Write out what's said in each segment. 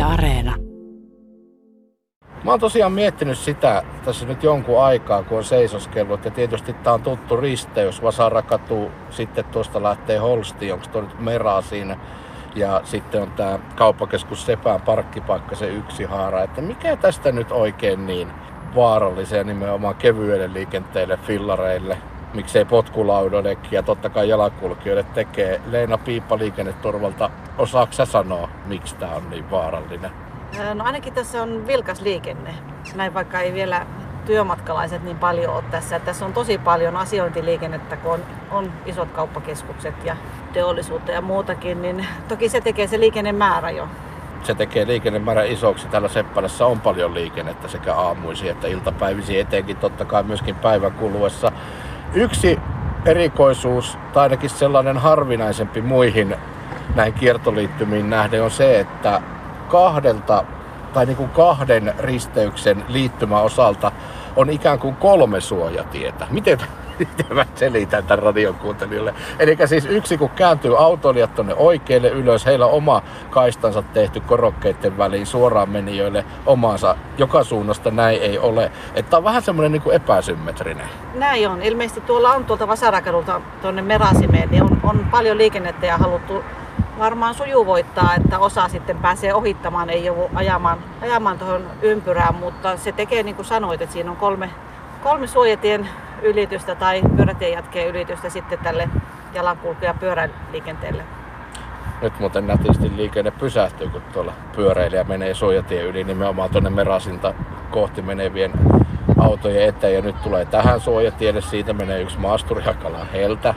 Areena. Mä oon tosiaan miettinyt sitä tässä nyt jonkun aikaa, kun on seisoskellut. Ja tietysti tää on tuttu risteys. Vasarakatu, sitten tuosta lähtee Holstiin, onko tuo nyt Meraa siinä. Ja sitten on tää kauppakeskus Sepän parkkipaikka, se yksi haara. Että mikä tästä nyt oikein niin vaarallisia nimenomaan kevyelle liikenteelle, fillareille, miksei potkulaudoillekin ja totta kai jalankulkijoille tekee. Leena Piippa Liikenneturvalta, osaatko sä sanoa, miksi tää on niin vaarallinen? No ainakin tässä on vilkas liikenne. Näin vaikka ei vielä työmatkalaiset niin paljon ole tässä. Tässä on tosi paljon asiointiliikennettä, kun on isot kauppakeskukset ja teollisuutta ja muutakin, niin toki se tekee se liikennemäärä jo. Se tekee liikennemäärän isoksi. Täällä Seppälässä on paljon liikennettä sekä aamuisin että iltapäivisiin, etenkin totta kai myöskin päivän kuluessa. Yksi erikoisuus, tai ainakin sellainen harvinaisempi muihin näihin kiertoliittymiin nähden, on se, että kahden risteyksen liittymäosalta on ikään kuin 3 suojatietä. Miten mä selitän tämän radion kuuntelijoille? Eli siis yksi, kun kääntyy autoilijat tonne oikealle ylös, heillä on oma kaistansa tehty korokkeiden väliin suoraan menijöille omaansa. Joka suunnasta näin ei ole. Että on vähän semmoinen niin kuin epäsymmetrinen. Näin on. Ilmeisesti tuolla on tuolta Vasarakadulta tuonne Merasimeen, niin on paljon liikennettä ja haluttu varmaan sujuvoittaa, että osa sitten pääsee ohittamaan, ei joudu ajamaan tuohon ympyrään, mutta se tekee niin kuin sanoit, että siinä on kolme suojatien ylitystä tai pyörätien jatkeen ylitystä sitten tälle jalankulku- ja pyöräliikenteelle. Nyt muuten nätisti liikenne pysähtyy, kun tuolla pyöräilijä menee suojatien yli nimenomaan tuonne Merasinta kohti menevien autojen eteen. Ja nyt tulee tähän suojatielle, siitä menee yksi maasturi Hakalan Heltä.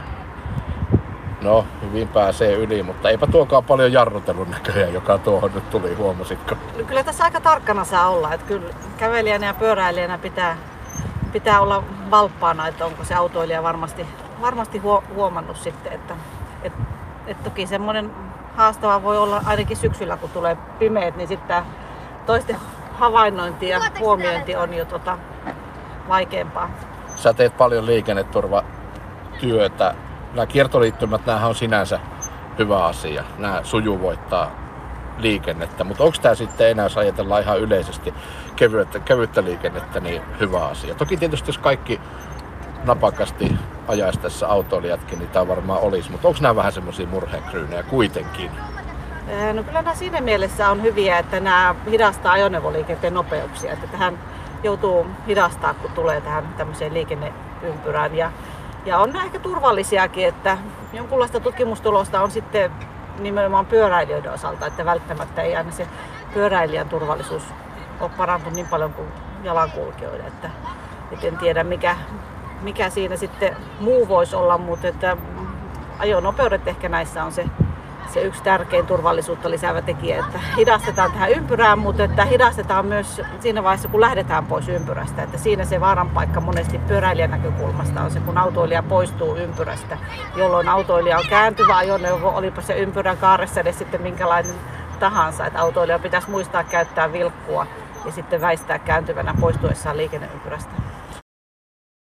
No, hyvin pääsee yli, mutta eipä tuokaan paljon jarrutelun näköjään, joka tuohon nyt tuli, huomasitko? Kyllä tässä aika tarkkana saa olla, että kyllä kävelijänä ja pyöräilijänä pitää olla valppaana, että onko se autoilija varmasti huomannut sitten, että toki semmoinen haastava voi olla ainakin syksyllä, kun tulee pimeät, niin sitten toisten havainnointi ja huomiointi on jo vaikeampaa. Sä teet paljon liikenneturvatyötä. Nämä kiertoliittymät, nämähän on sinänsä hyvä asia. Nämä sujuvoittaa liikennettä, mutta onko tämä sitten enää, jos ajatellaan ihan yleisesti kevyttä liikennettä, niin hyvä asia? Toki tietysti jos kaikki napakasti ajaisi tässä autoilijatkin, niin tämä varmaan olisi, mutta onko nämä vähän semmoisia murheenkryynejä kuitenkin? No kyllä nämä siinä mielessä on hyviä, että nämä hidastaa ajoneuvoliikenteen nopeuksia, että tähän joutuu hidastaa, kun tulee tähän tämmöiseen liikenneympyrään. Ja on nämä ehkä turvallisiakin, että jonkunlaista tutkimustulosta on sitten nimenomaan pyöräilijöiden osalta, että välttämättä ei aina se pyöräilijän turvallisuus ole parantunut niin paljon kuin jalankulkijoiden. Että en tiedä mikä siinä sitten muu voisi olla, mutta että ajonopeudet ehkä näissä on se yksi tärkein turvallisuutta lisäävä tekijä, että hidastetaan tähän ympyrään, mutta että hidastetaan myös siinä vaiheessa, kun lähdetään pois ympyrästä. Että siinä se vaaran paikka monesti pyöräilijän näkökulmasta on se, kun autoilija poistuu ympyrästä, jolloin autoilija on kääntyvä ajoneuvo, olipa se ympyrän kaaressa edes sitten minkälainen tahansa. Että autoilija pitäisi muistaa käyttää vilkkua ja sitten väistää kääntyvänä poistuessaan liikenneympyrästä.